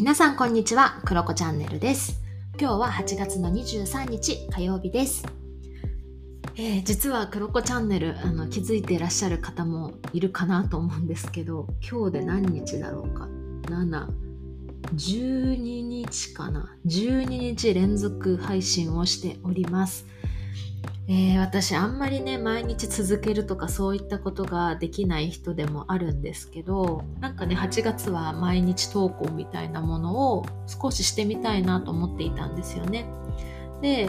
皆さんこんにちは、クロコチャンネルです。今日は8月の23日火曜日です。実はクロコチャンネル気づいていらっしゃる方もいるかなと思うんですけど、今日で何日だろうか、12日かな、12日連続配信をしております。私あんまりね毎日続けるとかそういったことができない人でもあるんですけど、8月は毎日投稿みたいなものを少ししてみたいなと思っていたんですよね。で、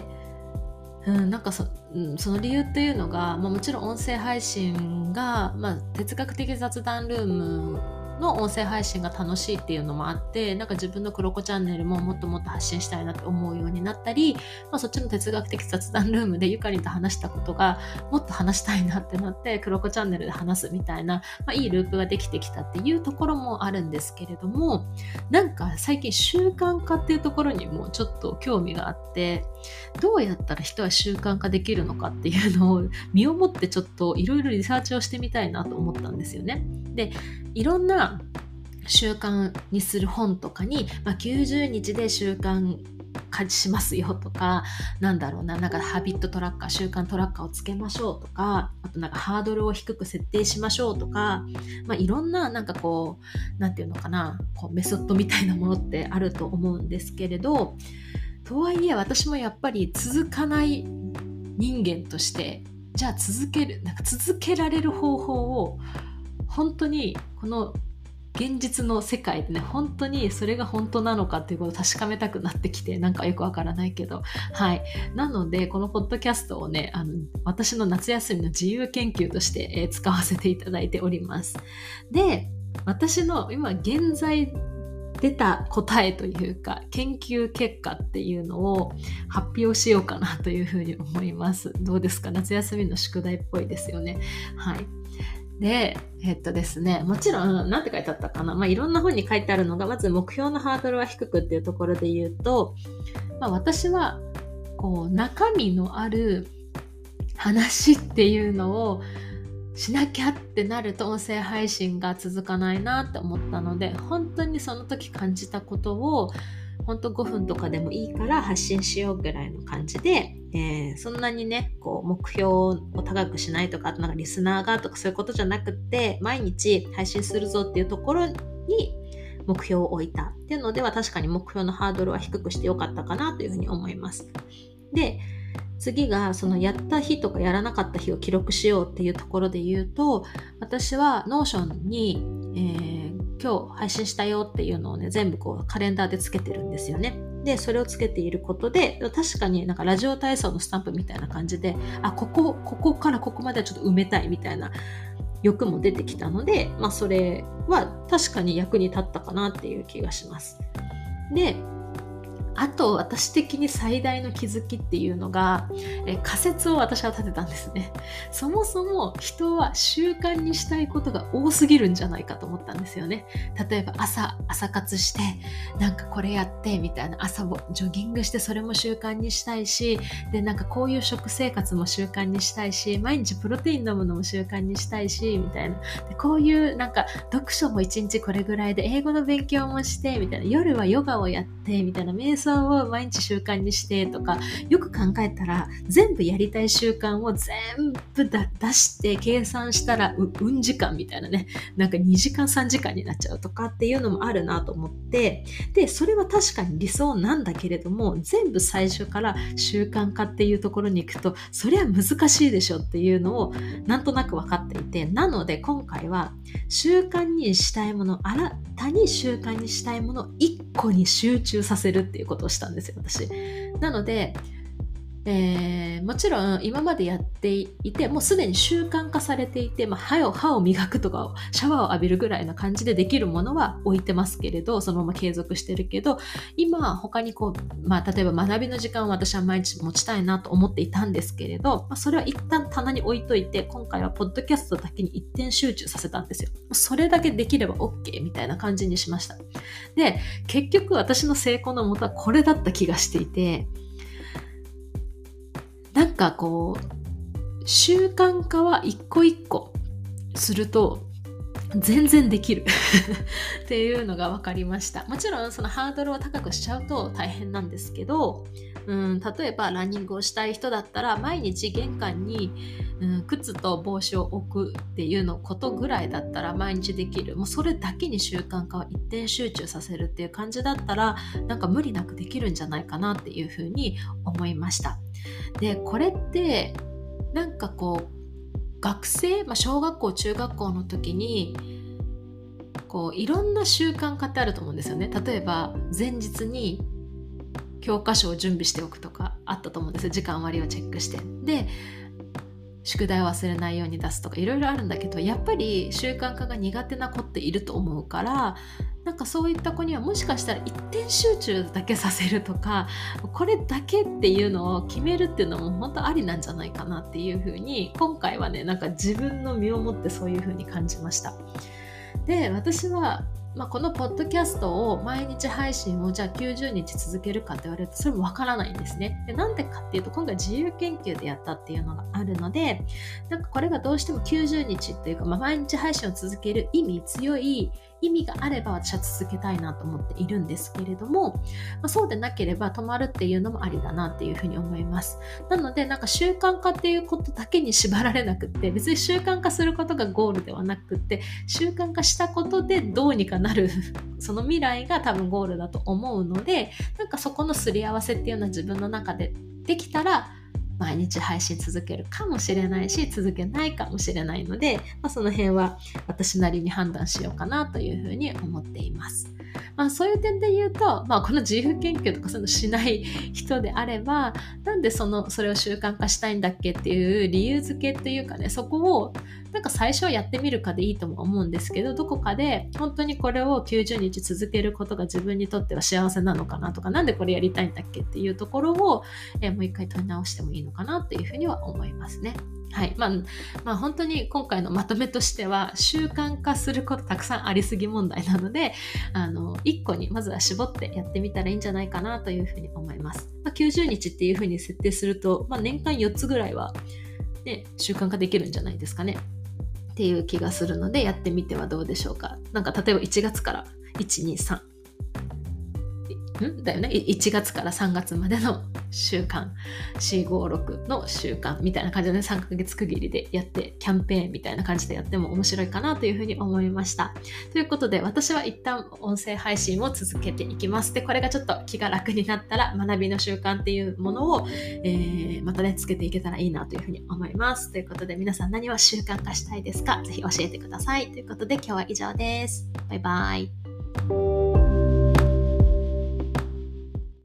その理由というのが、もちろん音声配信が、哲学的雑談ルームの音声配信が楽しいっていうのもあって、自分のクロコチャンネルももっともっと発信したいなって思うようになったり、そっちの哲学的雑談ルームでゆかりんと話したことがもっと話したいなってなって、クロコチャンネルで話すみたいな、いいループができてきたっていうところもあるんですけれども、最近習慣化っていうところにもちょっと興味があって、どうやったら人は習慣化できるのかっていうのを身をもってちょっといろいろリサーチをしてみたいなと思ったんですよね。で、いろんな習慣にする本とかに、90日で習慣化しますよとか、ハビットトラッカー、習慣トラッカーをつけましょうとか、あとハードルを低く設定しましょうとか、いろんなメソッドみたいなものってあると思うんですけれど、とはいえ私もやっぱり続かない人間として、じゃあ続けられる方法を本当にこの現実の世界でね、本当にそれが本当なのかっていうことを確かめたくなってきて、よくわからないけど、なのでこのポッドキャストをね、私の夏休みの自由研究として、使わせていただいております。で、私の今現在出た答えというか研究結果っていうのを発表しようかなというふうに思います。どうですか？夏休みの宿題っぽいですよね。で、ですね、もちろん何て書いてあったかな、いろんな本に書いてあるのが、まず目標のハードルは低くっていうところで言うと、私は中身のある話っていうのをしなきゃってなると音声配信が続かないなって思ったので、本当にその時感じたことを本当5分とかでもいいから発信しようぐらいの感じで、そんなにね目標を高くしないとか、リスナーがとかそういうことじゃなくて、毎日配信するぞっていうところに目標を置いたっていうのでは、確かに目標のハードルは低くしてよかったかなというふうに思います。で、次がそのやった日とかやらなかった日を記録しようっていうところで言うと、私はノーションに、今日配信したよっていうのをね、全部カレンダーでつけてるんですよね。で、それをつけていることで、確かにラジオ体操のスタンプみたいな感じで、ここからここまではちょっと埋めたいみたいな欲も出てきたので、それは確かに役に立ったかなっていう気がします。で、あと私的に最大の気づきっていうのが、仮説を私は立てたんですね。そもそも人は習慣にしたいことが多すぎるんじゃないかと思ったんですよね。例えば朝活してこれやってみたいな、朝をジョギングしてそれも習慣にしたいし、でこういう食生活も習慣にしたいし、毎日プロテイン飲むのも習慣にしたいしみたいな、でこういう読書も1日これぐらいで、英語の勉強もしてみたいな、夜はヨガをやってみたいな、瞑想を毎日習慣にしてとか、よく考えたら全部やりたい習慣を全部出して計算したら運時間みたいなね、2時間3時間になっちゃうとかっていうのもあるなと思って、でそれは確かに理想なんだけれども、全部最初から習慣化っていうところに行くとそれは難しいでしょっていうのをなんとなく分かっていて、なので今回は習慣にしたいもの、新たに習慣にしたいものを1個に集中させるっていうことをしたんですよ、私。なので、もちろん今までやっていてもうすでに習慣化されていて、歯を磨くとかシャワーを浴びるぐらいな感じでできるものは置いてますけれど、そのまま継続してるけど、今他に例えば学びの時間を私は毎日持ちたいなと思っていたんですけれど、それは一旦棚に置いといて、今回はポッドキャストだけに一点集中させたんですよ。それだけできれば OK みたいな感じにしました。で、結局私の成功のもとはこれだった気がしていて、習慣化は一個一個すると全然できるっていうのが分かりました。もちろんそのハードルを高くしちゃうと大変なんですけど、例えばランニングをしたい人だったら毎日玄関に、靴と帽子を置くっていうのことぐらいだったら毎日できる。もうそれだけに習慣化を一点集中させるっていう感じだったら、なんか無理なくできるんじゃないかなっていうふうに思いました。で、これってなんかこう学生、小学校中学校の時にこういろんな習慣化ってあると思うんですよね。例えば前日に教科書を準備しておくとかあったと思うんですよ。時間割をチェックして、で宿題を忘れないように出すとかいろいろあるんだけど、やっぱり習慣化が苦手な子っていると思うから、なんかそういった子にはもしかしたら一点集中だけさせるとか、これだけっていうのを決めるっていうのも本当ありなんじゃないかなっていうふうに、今回はね、なんか自分の身をもってそういうふうに感じました。で、私はこのポッドキャストを毎日配信をじゃあ90日続けるかって言われるとそれもわからないんですね。で、なんでかっていうと、今回自由研究でやったっていうのがあるので、なんかこれがどうしても90日っていうか、毎日配信を続ける強い意味があれば私は続けたいなと思っているんですけれども、そうでなければ止まるっていうのもありだなっていうふうに思います。なのでなんか習慣化っていうことだけに縛られなくって、別に習慣化することがゴールではなくって、習慣化したことでどうにかなるその未来が多分ゴールだと思うので、なんかそこのすり合わせっていうのは自分の中でできたら毎日配信続けるかもしれないし、続けないかもしれないので、その辺は私なりに判断しようかなというふうに思っています。そういう点で言うと、この自由研究とかそういうのしない人であれば、なんでそれを習慣化したいんだっけっていう理由付けっていうかね、そこをなんか最初はやってみるかでいいとも思うんですけど、どこかで本当にこれを90日続けることが自分にとっては幸せなのかなとか、なんでこれやりたいんだっけっていうところを、もう一回問い直してもいいのかなっていうふうには思いますね。はい。本当に今回のまとめとしては、習慣化することたくさんありすぎ問題なので、1個にまずは絞ってやってみたらいいんじゃないかなというふうに思います。90日っていうふうに設定すると、年間4つぐらいは、ね、習慣化できるんじゃないですかねっていう気がするので、やってみてはどうでしょうか。なんか例えば1月から123だよね。1月から3月までの習慣、456の習慣みたいな感じで、3ヶ月区切りでやって、キャンペーンみたいな感じでやっても面白いかなというふうに思いました。ということで、私は一旦音声配信を続けていきます。で、これがちょっと気が楽になったら、学びの習慣っていうものを、またね、つけていけたらいいなというふうに思います。ということで、皆さん何を習慣化したいですか？ぜひ教えてください。ということで、今日は以上です。バイバイ。